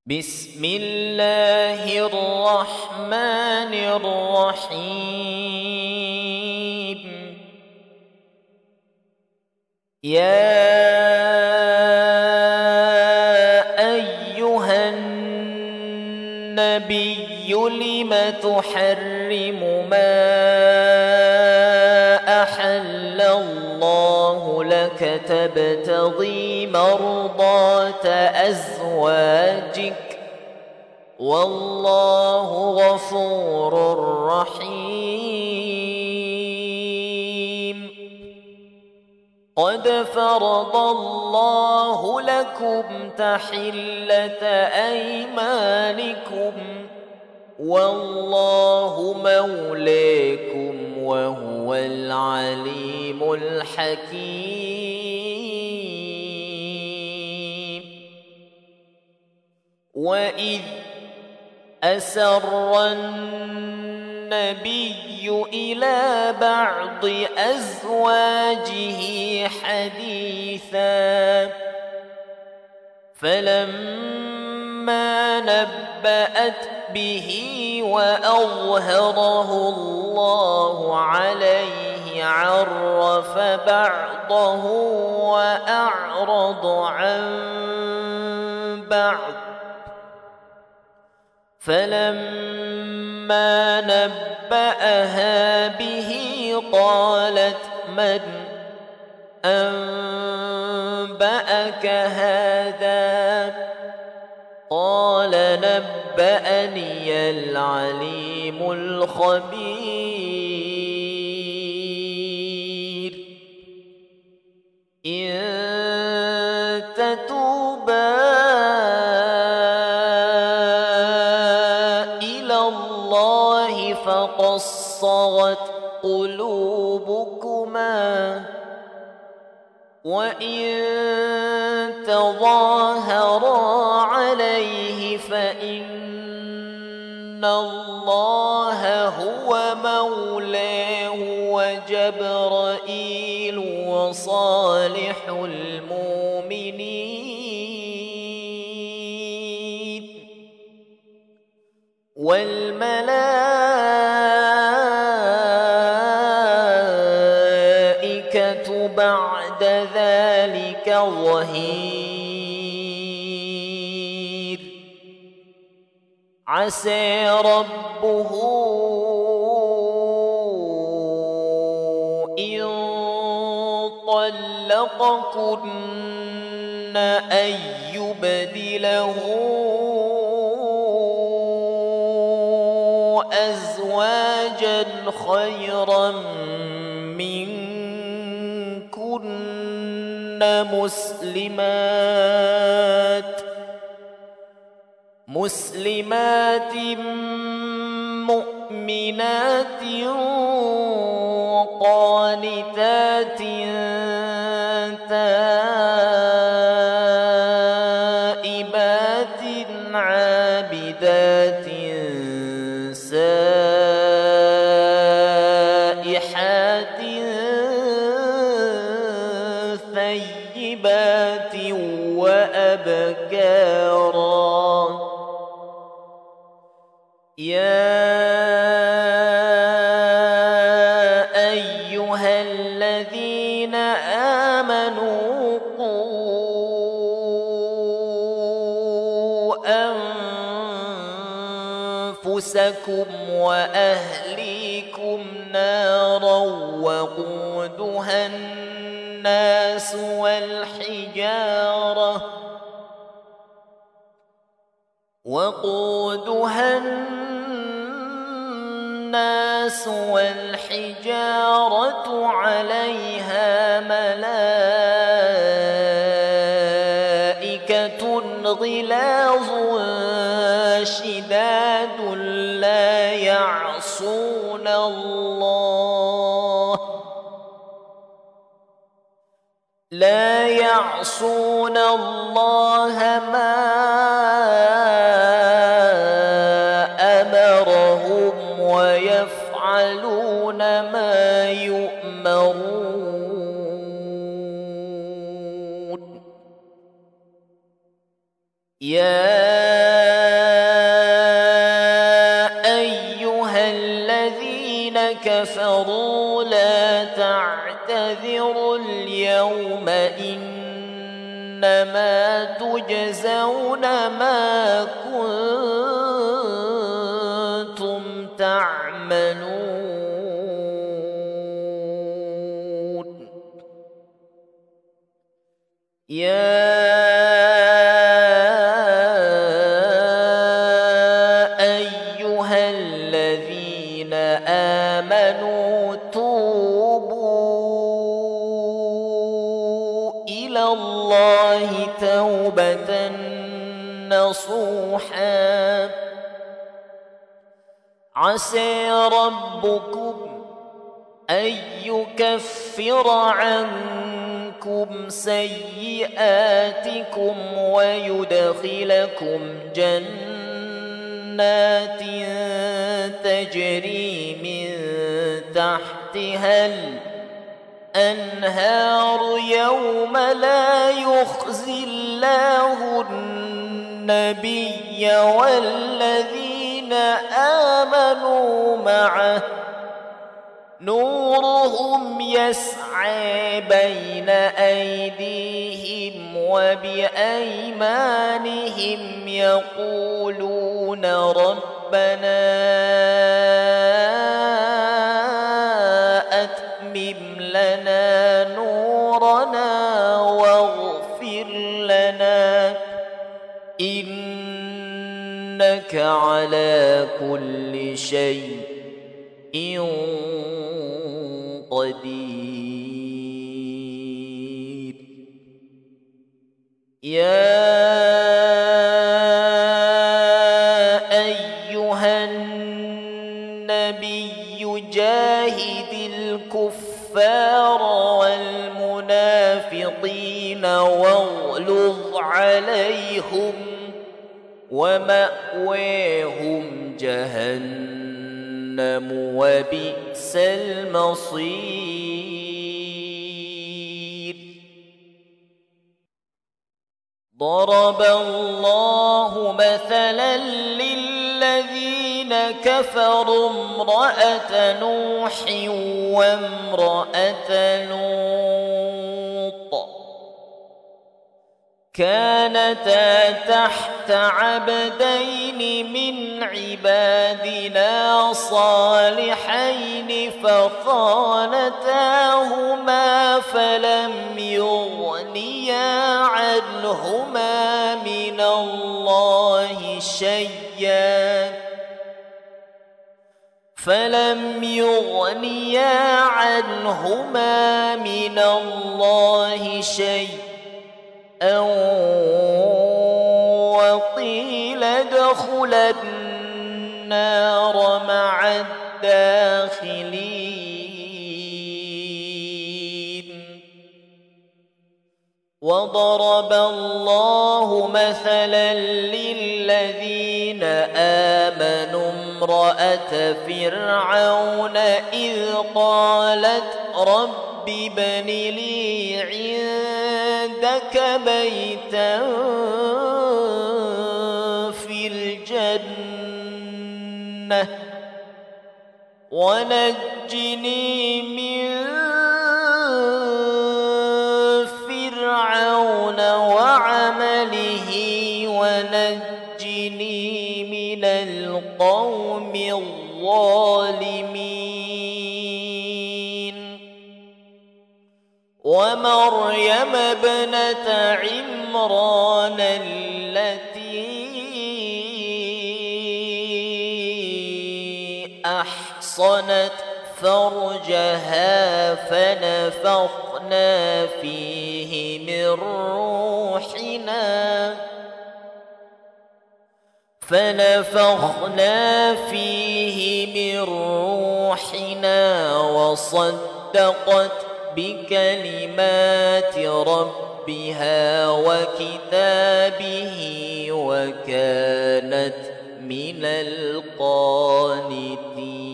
بسم الله الرحمن الرحيم. يا أيها النبي لم تحرم ما أحل الله لك تبتغي مرضات أزواجك والله غفور رحيم. قد فرض الله لكم تحلة أيمانكم والله مولاكم وهو العليم الحكيم. وإذ أسر النبي إلى بعض أزواجه حديثا فلما نبأت به وأظهره الله عليه عرف بعضه وأعرض عن بعض فلما نبأها به قالت من أنبأك هذا قال نبأني العليم الخبير. إن تتوبا إلى الله فقد صغت قلوبكما وإن تظاهرا عليه فإن الله هو مولاه وجبرائيل وصالح المؤمنين والملائكة بعد ذلك ظهير. عسى ربه إن طلقكن أن يبدله أزواجا خيرا منكن مسلمات مؤمنات قانتات تائبات عابدات سائحات ثيبات وأبكارا. يا أيها الذين آمنوا قوا أنفسكم وأهليكم نارا وقودها الناس والحجارة عليها ملائكة غلاظ شداد لا يعصون الله ما أمرهم ويفعلون ما يؤمرون. يا إنما تجزون ما كنتم تعملون. يا أيها الذين آمنوا توبوا إلى الله توبة نصوحا عسى ربكم أن يكفر عنكم سيئاتكم ويدخلكم جنات تجري من تحتها الأنهار يوم لا يخزي الله النبي والذين آمنوا معه نورهم يسعى بين أيديهم وبأيمانهم يقولون ربنا أتمم لنا نورنا واغفر لنا إنك على كل شيء قدير. يا أيها النبي جاهد الكفار والمنافقين واغلظ عليهم ومأواهم جهنم وبئس المصير. ضرب الله مثلا للذين كفروا امرأة نوح وامرأة لوط كانتا تحت عبدين من عبادنا صالحين فخانتاهما فلم يغنيا عنهما من الله شيئا وقيل ادخلا النار مع الداخلين. وضرب الله مثلا للذين آمنوا امرأة فرعون إذ قالت رب ابن لي عندك بيتا في الجنة ونجني من فرعون وعمله ونجني من القوم الظالمين. ومريم ابنة عمران التي أحصنت فرجها فنفخنا فيه من روحنا وصدقت بكلمات ربها وكتابه وكانت من القانتين.